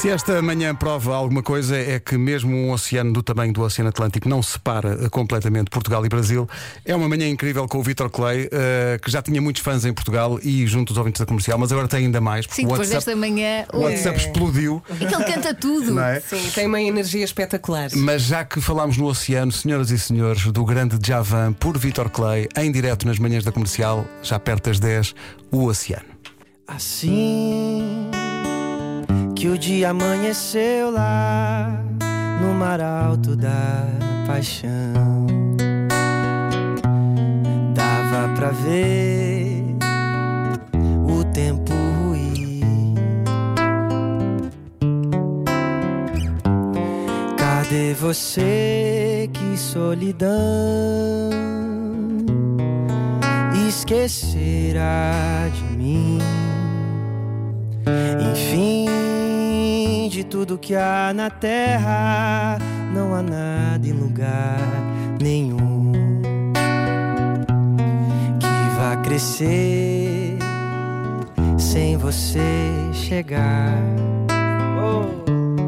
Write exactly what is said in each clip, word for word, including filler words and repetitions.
Se esta manhã prova alguma coisa é que mesmo um oceano do tamanho do Oceano Atlântico não separa completamente Portugal e Brasil. É uma manhã incrível com o Vítor Clay, uh, que já tinha muitos fãs em Portugal e junto dos ouvintes da Comercial, mas agora tem ainda mais. Sim, depois desta manhã o WhatsApp é. explodiu. É que ele canta tudo. Não é? Sim, tem uma energia espetacular. Mas já que falámos no oceano, senhoras e senhores, do grande Djavan por Vítor Clay, em direto nas manhãs da Comercial, já perto das dez, o oceano. Assim que o dia amanheceu lá no mar alto da paixão, dava pra ver o tempo ruir. Cadê você, que solidão esquecerá de mim? Enfim, de tudo que há na terra, não há nada em lugar nenhum que vá crescer sem você chegar. Oh.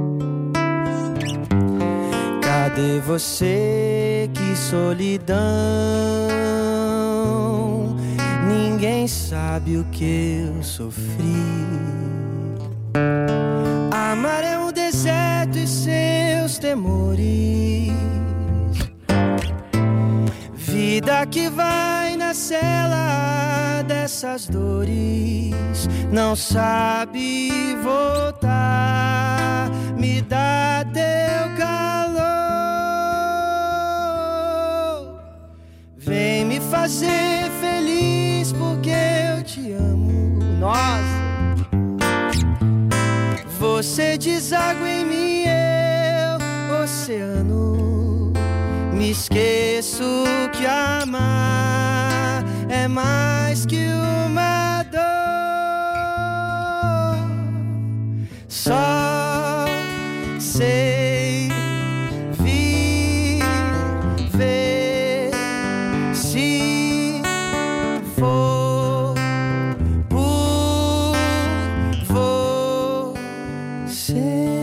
Cadê você, que solidão? Ninguém sabe o que eu sofri. Amar é um deserto e seus temores, vida que vai na cela dessas dores, não sabe voltar. Me dá teu calor, vem me fazer feliz porque eu te amo. Nossa, você deságua em mim, eu, oceano. Me esqueço que amar é mais que uma dor. Só sei viver se for por você.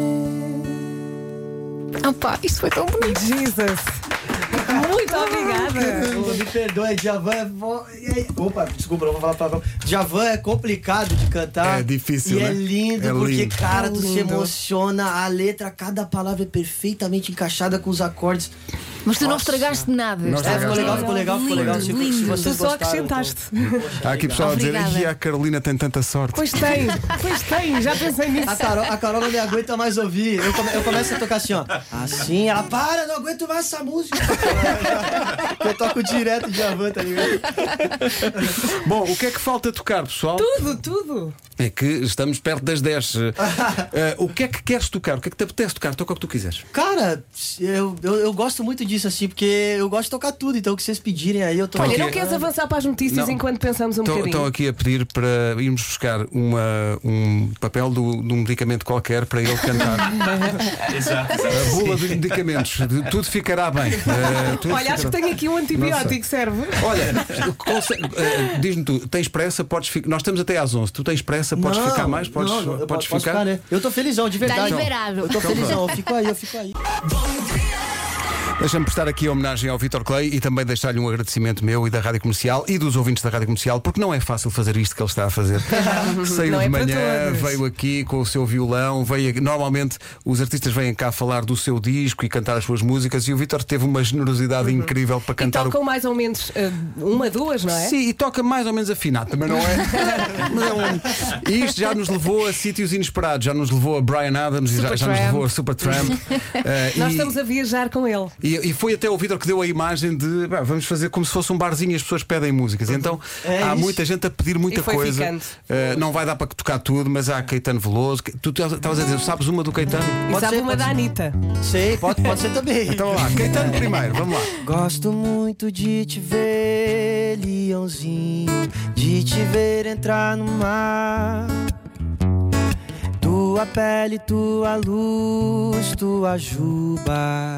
Opa, isto foi tão bonito. Jesus. Muito obrigada. Me perdoe, Djavan é... Opa, desculpa, não vou falar palavrão. Djavan é complicado de cantar. É difícil, e né? é lindo, É porque, lindo. cara, É tu se lindo. emociona. A letra, cada palavra é perfeitamente encaixada com os acordes. Mas tu não Nossa. estragaste nada. Não É, ficou estragaste legal, nada. ficou legal, ficou legal. Se, Lindo, se lindo. vocês Tu só gostaram, acrescentaste. então, Há aqui pessoal a dizer, Obrigada. e a Carolina tem tanta sorte. Pois tem, pois tem, já pensei nisso. A Carol, a Carol não me aguenta mais ouvir. Eu, come, eu começo a tocar assim, ó. Assim, ela para, não aguento mais essa música. Eu toco direto de Djavan, tá ligado? Bom, o que é que falta tocar, pessoal? Tudo, tudo. É que estamos perto das dez. Uh, o que é que queres tocar? O que é que te apetece tocar? Toca o que tu quiseres. Cara, eu, eu, eu gosto muito disso, assim, porque eu gosto de tocar tudo. Então, o que vocês pedirem aí, eu tô Olha, Ok. não queres avançar para as notícias Não. enquanto pensamos um Estão bocadinho? aqui a pedir para irmos buscar uma, um papel do, de um medicamento qualquer para ele cantar. A bula dos medicamentos. De- tudo ficará bem. Uh, tudo Olha, acho que ficará- tenho aqui um Não sei. antibiótico, serve? Olha, conse- uh, diz-me tu, tens pressa? Podes ficar. Nós estamos até às onze. Tu tens pressa? Podes Não, ficar mais? Podes, não, eu podes posso ficar? né? Eu tô felizão, de verdade. Tá liberado. Eu tô felizão, eu fico aí, eu fico aí. Deixa-me prestar aqui a homenagem ao Vítor Clay e também deixar-lhe um agradecimento meu e da Rádio Comercial e dos ouvintes da Rádio Comercial, porque não é fácil fazer isto que ele está a fazer. Saiu Não de é para manhã, todos. veio aqui com o seu violão, veio aqui. Normalmente os artistas vêm cá falar do seu disco e cantar as suas músicas e o Vítor teve uma generosidade incrível para E cantar tocam o... mais ou menos uh, uma, duas, não é? Sim, e toca mais ou menos afinado, também não é? Mas é um... E isto já nos levou a sítios inesperados, já nos levou a Brian Adams e já, já nos Supertramp. levou a Supertramp. Uh, Nós e... estamos a viajar com ele. E, e foi até o Vítor que deu a imagem de bah, vamos fazer como se fosse um barzinho e as pessoas pedem músicas. Então É há isso. muita gente a pedir muita E foi coisa. ficando. Uh, não vai dar para tocar tudo, mas há Caetano Veloso. Tu estavas a dizer, sabes uma do Caetano? E Pode sabe ser, uma pode da ser. Anitta. Sei, pode, pode ser também. Então vá lá, Caetano primeiro, vamos lá. Gosto muito de te ver, leãozinho, de te ver entrar no mar. Tua pele, tua luz, tua juba.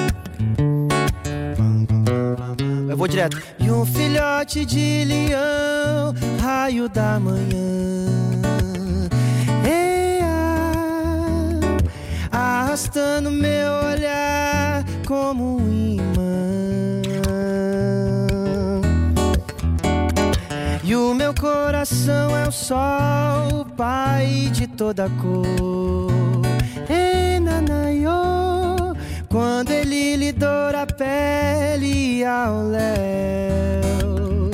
Eu vou direto. E um filhote de leão, raio da manhã. Ea, coração é o sol, pai de toda cor. Enanaiô, quando ele lhe doura a pele ao léu.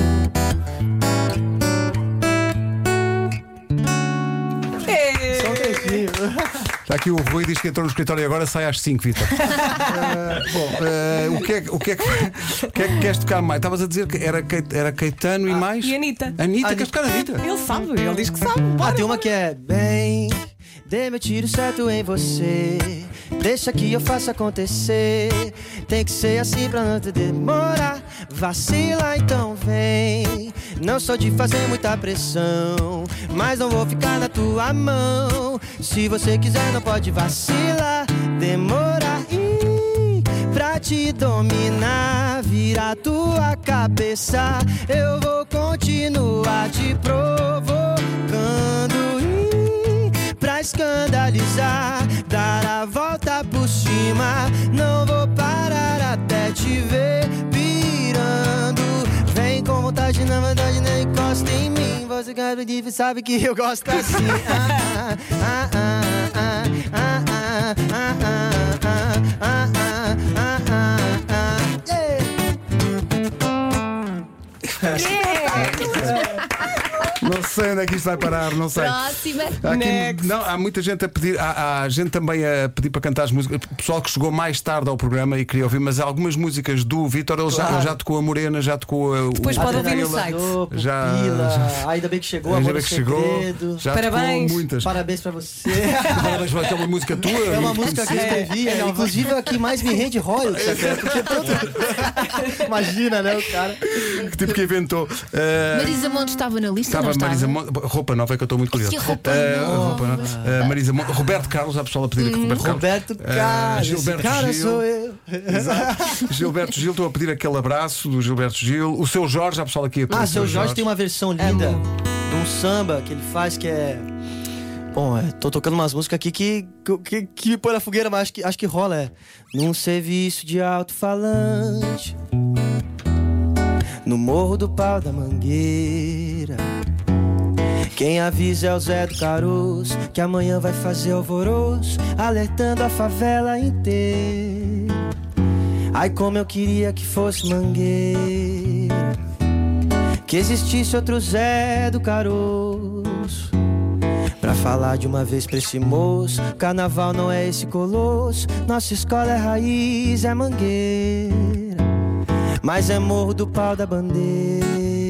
Só um textinho. Está aqui o Rui, diz que entrou no escritório agora, sai às cinco, Vitor. uh, bom, uh, o, que é, o, que é que, o que é que queres tocar mais? Estavas a dizer que era, era Caetano e mais? E Anitta. Anitta, queres tocar a Anitta? Ele sabe, ele diz que sabe. Ah, tem uma que é bem, dê meu tiro certo em você, deixa que eu faça acontecer. Tem que ser assim pra não te demorar. Vacila, então vem. Não sou de fazer muita pressão, mas não vou ficar na tua mão. Se você quiser não pode vacilar, demorar. Ih, pra te dominar, virar tua cabeça, eu vou continuar te provocando. Ih, pra escandalizar, dar a volta por cima, não vou parar até te ver pirando. Vem com vontade, na verdade nem encosta em mim. Você quer e sabe que eu gosto assim. Ah, ah, ah, ah, ah, ah, ah, ah, ah, ah, ah, ah, Não sei onde é que isto vai parar, não sei. Próxima. Há, aqui, Next. não, há muita gente a pedir, há, há gente também a pedir para cantar as músicas. Pessoal que chegou mais tarde ao programa e queria ouvir, mas há algumas músicas do Vítor, ele, já, Claro. ele já tocou a Morena, já tocou a, Depois o, pode ouvir no Adrenalina, site. Pupila, Já- ainda bem que chegou, Ainda amor bem do que chegou, segredo. já Parabéns. tocou muitas. Parabéns pra você. Parabéns por aquela música tua. É uma muito música que eu conhecida. escrevi, é, inclusive a que mais me rende royalties até, porque todo... Imagina, né, o cara. Que tipo que inventou. Uh, Marisa Monte estava na lista, Estava não estava? Marisa Monte, roupa nova é que eu estou muito curioso. Que roupa Uh, nova. roupa nova. Uh, Marisa Monte, Roberto Carlos, há pessoal a pedir aqui Roberto Carlos. Roberto Uh, Carlos, Gilberto esse cara Gil. sou eu. Exato. Gilberto Gil, estou a pedir aquele abraço do Gilberto Gil. O seu Jorge, há pessoal aqui a pedir. Ah, o seu Jorge tem uma versão linda de um samba que ele faz que é... Bom, é, tô tocando umas músicas aqui que, que, que põe na fogueira, mas acho que, acho que rola, é. Num serviço de alto-falante, no Morro do Pau da Mangueira, quem avisa é o Zé do Caroço, que amanhã vai fazer alvoroço, alertando a favela inteira. Ai, como eu queria que fosse Mangueira, que existisse outro Zé do Caroço, pra falar de uma vez pra esse moço: carnaval não é esse colosso, nossa escola é raiz, é Mangueira, mas é Morro do Pau da Bandeira,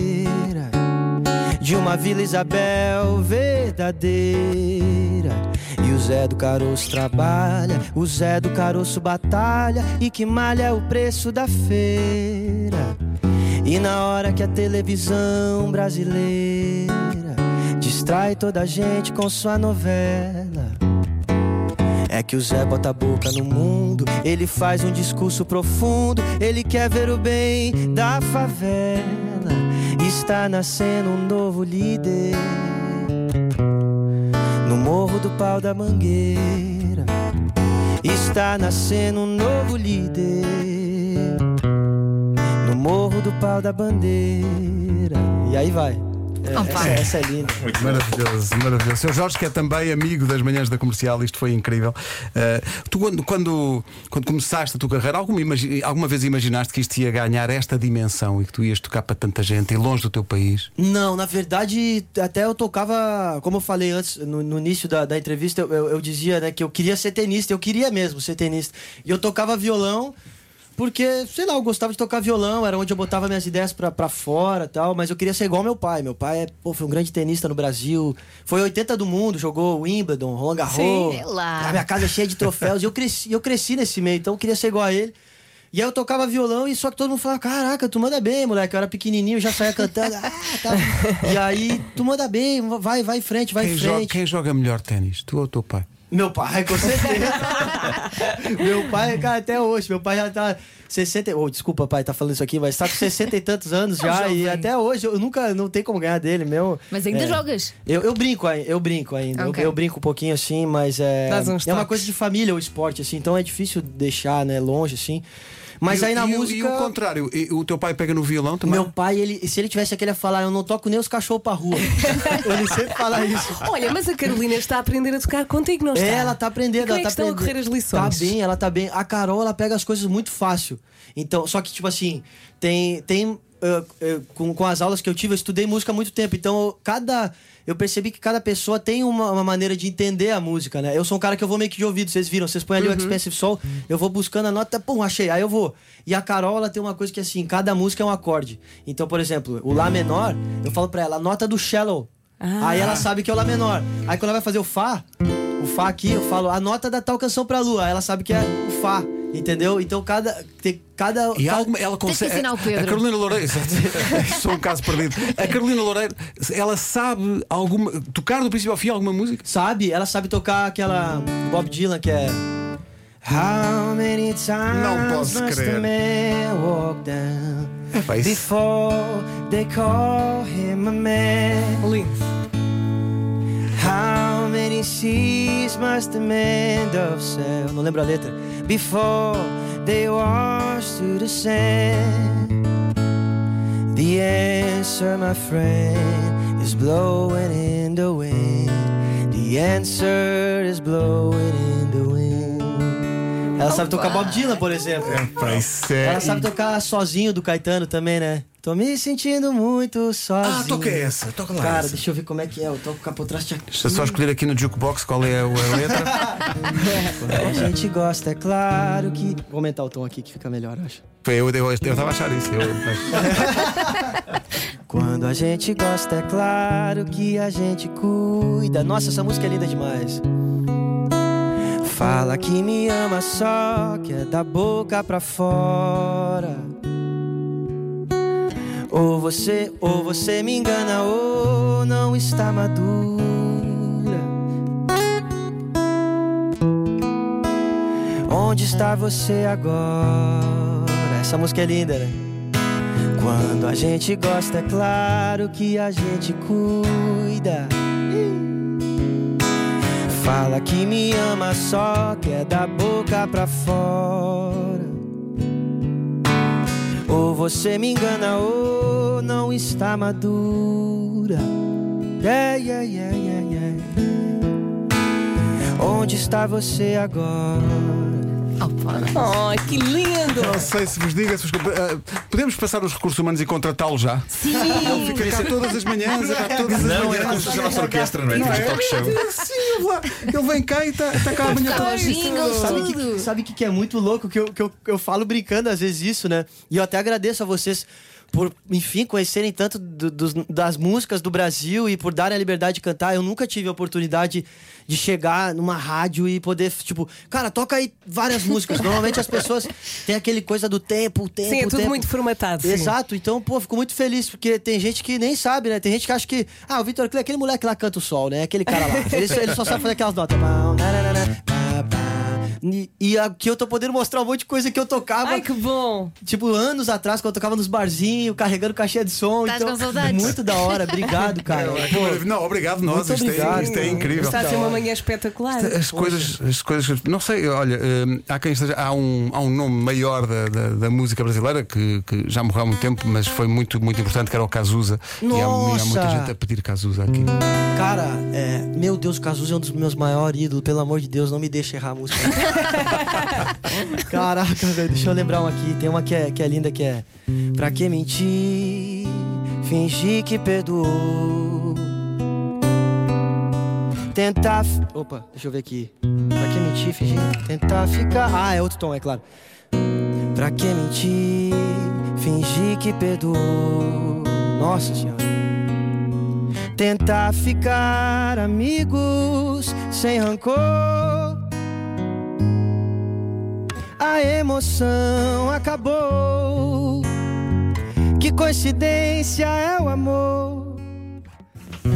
de uma Vila Isabel verdadeira. E o Zé do Caroço trabalha, o Zé do Caroço batalha, e que malha é o preço da feira. E na hora que a televisão brasileira distrai toda a gente com sua novela, é que o Zé bota a boca no mundo, ele faz um discurso profundo, ele quer ver o bem da favela. Está nascendo um novo líder no Morro do Pau da Mangueira. Está nascendo um novo líder no Morro do Pau da Bandeira. E aí vai. É, Opa. essa, essa é linda. Maravilhoso, maravilhoso. Seu Jorge, que é também amigo das manhãs da Comercial, isto foi incrível. Uh, tu, quando, quando, quando começaste a tua carreira, alguma, imagi- alguma vez imaginaste que isto ia ganhar esta dimensão e que tu ias tocar para tanta gente e longe do teu país? Não, na verdade, até eu tocava, como eu falei antes, no, no início da, da entrevista, eu, eu, eu dizia, né, que eu queria ser tenista, eu queria mesmo ser tenista. E eu tocava violão, porque, sei lá, eu gostava de tocar violão, era onde eu botava minhas ideias pra, pra fora e tal, mas eu queria ser igual meu pai. Meu pai é, pô, foi um grande tenista no Brasil, foi oitenta do mundo, jogou Wimbledon, Roland Garros. Sim, lá. A minha casa é cheia de troféus, e eu cresci, eu cresci nesse meio, então eu queria ser igual a ele. E aí eu tocava violão, e só que todo mundo falava: caraca, tu manda bem, moleque. Eu era pequenininho, já saía cantando. Ah, tá. E aí, tu manda bem, vai, vai em frente, vai Quem, em joga, frente. quem joga melhor ténis? Tu ou o teu pai? Meu pai, com certeza. Meu pai, cara, até hoje. Meu pai já tá sessenta. Oh, desculpa, pai, tá falando isso aqui, mas tá com sessenta e tantos anos já. jovem. E até hoje eu nunca, não tem como ganhar dele, meu. Mas ainda É. jogas. Eu, eu brinco, ai- eu brinco ainda. Eu- Ok. Eu, brinco um pouquinho assim, mas é. Dás uns É uma toques. coisa de família o esporte, assim, então é difícil deixar, né, longe, assim. Mas E- aí na e, o- música. E o contrário, e o teu pai pega no violão também? Meu pai, ele, se ele tivesse aqui, ele ia falar: eu não toco nem os cachorros pra rua. Ele sempre fala isso. Olha, mas a Carolina está a aprender a tocar contigo, não está? É, ela tá aprendendo. E como ela é tá que estão a aprendendo. correr as lições? Tá bem, ela tá bem. A Carol, ela pega as coisas muito fácil. Então, só que, tipo assim, tem. tem uh, uh, com, com as aulas que eu tive, eu estudei música há muito tempo. Então, eu- cada. Eu percebi que cada pessoa tem uma, uma maneira de entender a música, né? Eu sou um cara que eu vou meio que de ouvido, vocês viram, vocês põem ali o Expensive Soul, eu vou buscando a nota, pum, achei, aí eu vou. E a Carol, ela tem uma coisa que assim, cada música é um acorde. Então, por exemplo, o Lá menor, eu falo pra ela, a nota do Shallow. Ah. Aí ela sabe que é o Lá menor. Aí quando ela vai fazer o Fá, o Fá aqui, eu falo a nota da tal canção pra Lua. Aí ela sabe que é o Fá, entendeu? Então cada. Tem, cada, E há cada... alguma, ela consegue. ensinar o Pedro. A Carolina Loureiro, sou um caso perdido. A Carolina Loureiro, ela sabe alguma. Tocar do princípio ao fim alguma música? Sabe? Ela sabe tocar aquela do Bob Dylan que é. How many times Não posso must crer. a man walk down É, pá, isso- before they call him a man? Lindo. How many seas must a man of sail? Não lembro a letra. Before they wash to the sand. The answer, my friend, is blowing in the wind. The answer is blowing in the wind. Ela sabe tocar Bob Dylan, por exemplo. Pá, isso é- Ela sabe tocar Sozinho do Caetano também, né? Tô me sentindo muito sozinho. Ah, toca essa, toca lá. Cara, essa. deixa eu ver como é que é. Eu toco capotraste aqui. Deixa eu só escolher aqui no jukebox qual é a a letra. A gente gosta, é claro que. Vou aumentar o tom aqui que fica melhor, eu acho. Foi, Eu eu eu estava a achar isso. Eu, mas- Quando a gente gosta, é claro que a gente cuida. Nossa, essa música é linda demais. Fala que me ama só, que é da boca pra fora. Ou você, ou você me engana, ou não está madura. Onde está você agora? Essa música é linda, né? Quando a gente gosta, é claro que a gente cuida. Fala que me ama só, que é da boca pra fora. Ou você me engana, ou não está madura. Yeah, yeah, yeah, yeah, yeah. Onde está você agora? Opa. Oh, que lindo! Não sei se vos diga, se vos... Ah, podemos passar os recursos humanos e contratá-lo já? Sim! Ele fica cá todas as manhãs, cá todas as Não, manhãs. era como se fosse a nossa orquestra, não é? Não Temos é? talk show. Sim, ele lá- ele vem cá e está tá cá amanhã Tá, toda. jingles, Sabe que, tudo. sabe que, que é muito louco? Que eu, que eu, eu falo brincando às vezes isso, né? E eu até agradeço a vocês por, enfim, conhecerem tanto do- dos- das músicas do Brasil e por darem a liberdade de cantar. Eu nunca tive a oportunidade de chegar numa rádio e poder, tipo, cara, toca aí várias músicas. Normalmente as pessoas têm aquele coisa do tempo, o tempo, Sim, é o tudo tempo. muito formatado. sim. Exato, então, pô, fico muito feliz, porque tem gente que nem sabe, né? Tem gente que acha que, ah, o Vitor Clay é aquele moleque que lá canta o sol, né? Aquele cara lá. Ele, só- ele só sabe fazer aquelas notas. E, e aqui eu tô podendo mostrar um monte de coisa que eu tocava, Ai, que bom! tipo, anos atrás, quando eu tocava nos barzinhos, carregando caixinha de som. Estás então, com saudades? muito da hora, obrigado, cara. Pô, Não, obrigado nós, Muito isto, obrigado. É, isto é incrível. Está a ser uma manhã espetacular. As coisas, as coisas, não sei, olha, hum, há quem esteja, há um, há um nome maior da, da, da música brasileira que, que já morreu há muito tempo, mas foi muito, muito importante, que era o Cazuza. E há, e há muita Nossa! gente a pedir Cazuza aqui. cara, é, meu Deus, o Cazuza é um dos meus maiores ídolos, pelo amor de Deus, não me deixe errar a música. Caraca, velho, deixa eu lembrar uma aqui. Tem uma que é, que é linda, que é: pra que mentir, fingir que perdoou, tentar... f- Opa, deixa eu ver aqui. Pra que mentir, fingir, tentar ficar... Ah, é outro tom, é claro. Pra que mentir, fingir que perdoou. Nossa Senhora. Tentar ficar amigos sem rancor. A emoção acabou. Que coincidência é o amor.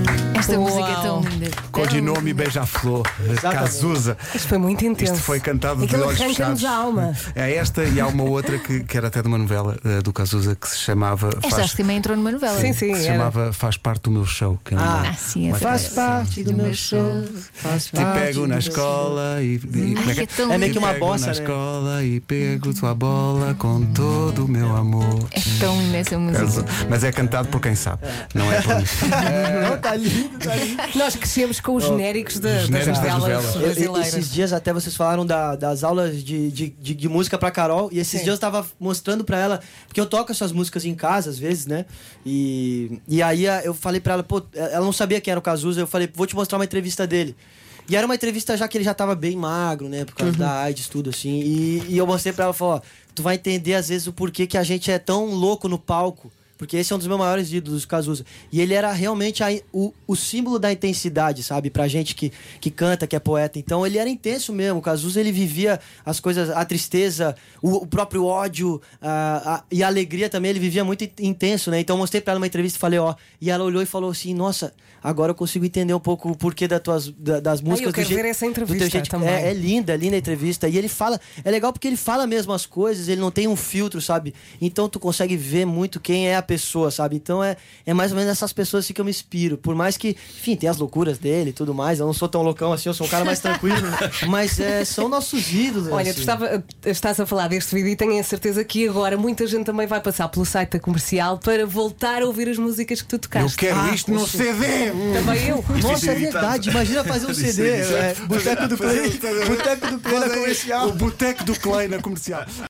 Esta Uau. música é tão linda. Codinome Beija-Flor, Cazuza. Isto foi muito intenso. Isto foi cantado de Aquilo olhos arranca-nos fechados. a alma. É esta e há uma outra que, que era até de uma novela uh, do Cazuza que se chamava. Esta faz, acho que também entrou numa novela. Sim, sim. que se era. chamava Faz Parte do Meu Show. Que era uma- Ah, sim, é Faz verdade. parte do meu show. Faz Te parte pego do na meu escola e, e como é que Ai, é tão É meio que lindo. uma Pego bossa, na né? escola e pego tua bola com todo o meu amor. É tão linda essa música. Mas é cantado por quem sabe, não é por mim. Não, tá lindo, tá lindo. Nós crescemos com os genéricos da- das genéricos das novelas novelas. Eu- brasileiras. esses dias até vocês falaram da- das aulas de, de, de, de música pra Carol. E esses Sim. dias eu tava mostrando pra ela, porque eu toco essas músicas em casa às vezes, né? E, e aí a- eu falei pra ela, pô, ela não sabia quem era o Cazuza. Eu falei, vou te mostrar uma entrevista dele. E era uma entrevista já que ele já tava bem magro, né? Por causa da AIDS, tudo assim. E, e eu mostrei pra ela, falei, ó, tu vai entender às vezes o porquê que a gente é tão louco no palco. Porque esse é um dos meus maiores ídolos, o Cazuza. E ele era realmente a- o, o símbolo da intensidade, sabe? Pra gente que, que canta, que é poeta. Então ele era intenso mesmo. O Cazuza, ele vivia as coisas, a tristeza, o, o próprio ódio a, a- e a alegria também. Ele vivia muito in- intenso, né? Então eu mostrei pra ela uma entrevista e falei, ó. E ela olhou e falou assim, nossa, agora eu consigo entender um pouco o porquê das tuas, da- das músicas. eu quero do jeito- ver essa do teu entrevista jeito. também. É, é linda, é linda a entrevista. E ele fala, é legal porque ele fala mesmo as coisas, ele não tem um filtro, sabe? Então tu consegue ver muito quem é a pessoa, sabe? Então é, é mais ou menos essas pessoas assim que eu me inspiro. Por mais que, enfim, tem as loucuras dele e tudo mais. Eu não sou tão loucão assim, eu sou um cara mais tranquilo. Mas é, são nossos ídolos. Olha, assim. tu estava, estás a falar deste vídeo e tenho a certeza que agora muita gente também vai passar pelo site da Comercial para voltar a ouvir as músicas que tu Eu tocaste. quero Ah, isto no C D! Também eu. Nossa, é verdade. Imagina fazer um C D. É, Boteco do Play. Boteco do Play na Comercial. O Boteco do Clay na Comercial.